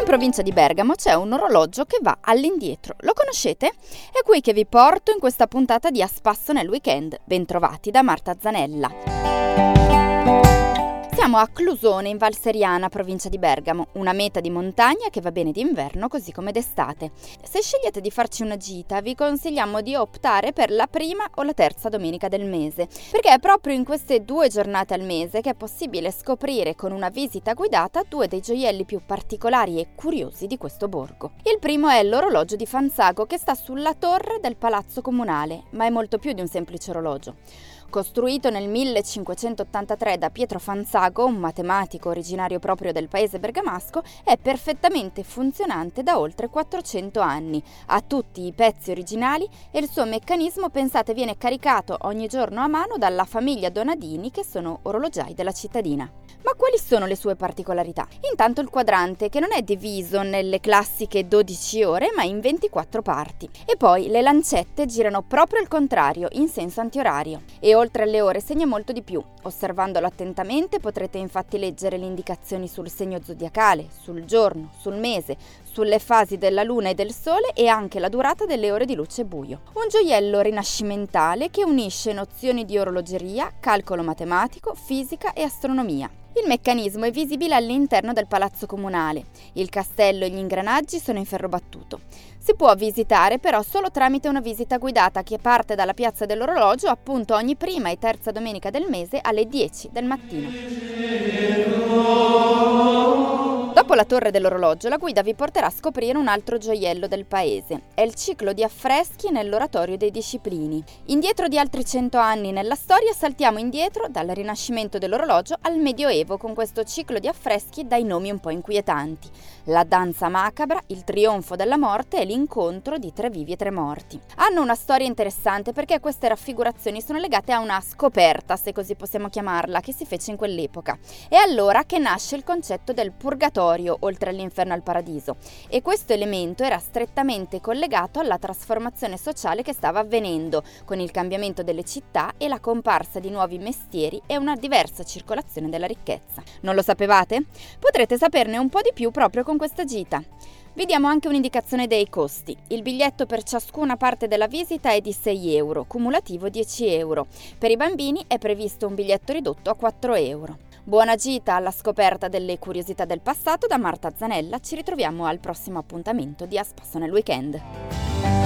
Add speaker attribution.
Speaker 1: provincia di Bergamo c'è un orologio che va all'indietro. Lo conoscete? È qui che vi porto in questa puntata di A Spasso nel Weekend. Bentrovati da Marta Zanella. Siamo a Clusone, in Val Seriana, provincia di Bergamo, una meta di montagna che va bene d'inverno così come d'estate. Se scegliete di farci una gita, vi consigliamo di optare per la prima o la terza domenica del mese, perché è proprio in queste 2 giornate al mese che è possibile scoprire con una visita guidata 2 dei gioielli più particolari e curiosi di questo borgo. Il primo è l'orologio di Fanzago, che sta sulla torre del Palazzo Comunale, ma è molto più di un semplice orologio. Costruito nel 1583 da Pietro Fanzago, un matematico originario proprio del paese bergamasco, è perfettamente funzionante da oltre 400 anni. Ha tutti i pezzi originali e il suo meccanismo, pensate, viene caricato ogni giorno a mano dalla famiglia Donadini, che sono orologiai della cittadina. Ma quali sono le sue particolarità? Intanto il quadrante, che non è diviso nelle classiche 12 ore, ma in 24 parti. E poi le lancette girano proprio al contrario, in senso antiorario. E oltre alle ore segna molto di più. Osservandolo attentamente potrete infatti leggere le indicazioni sul segno zodiacale, sul giorno, sul mese, sulle fasi della luna e del sole e anche la durata delle ore di luce e buio. Un gioiello rinascimentale che unisce nozioni di orologeria, calcolo matematico, fisica e astronomia. Il meccanismo è visibile all'interno del Palazzo Comunale. Il castello e gli ingranaggi sono in ferro battuto. Si può visitare però solo tramite una visita guidata che parte dalla piazza dell'orologio appunto ogni prima e terza domenica del mese alle 10 del mattino. Dopo la torre dell'orologio, la guida vi porterà a scoprire un altro gioiello del paese. È il ciclo di affreschi nell'oratorio dei Disciplini. Indietro di altri 100 anni nella storia, saltiamo indietro dal rinascimento dell'orologio al Medioevo con questo ciclo di affreschi dai nomi un po' inquietanti. La danza macabra, il trionfo della morte e l'incontro di 3 vivi e 3 morti. Hanno una storia interessante perché queste raffigurazioni sono legate a una scoperta, se così possiamo chiamarla, che si fece in quell'epoca. È allora che nasce il concetto del purgatorio, oltre all'inferno e al paradiso, e questo elemento era strettamente collegato alla trasformazione sociale che stava avvenendo con il cambiamento delle città e la comparsa di nuovi mestieri e una diversa circolazione della ricchezza. Non lo sapevate? Potrete saperne un po' di più proprio con questa gita. Vi diamo anche un'indicazione dei costi. Il biglietto per ciascuna parte della visita è di 6 euro, cumulativo 10 euro. Per i bambini è previsto un biglietto ridotto a 4 euro. Buona gita alla scoperta delle curiosità del passato da Marta Zanella. Ci ritroviamo al prossimo appuntamento di A Spasso nel Weekend.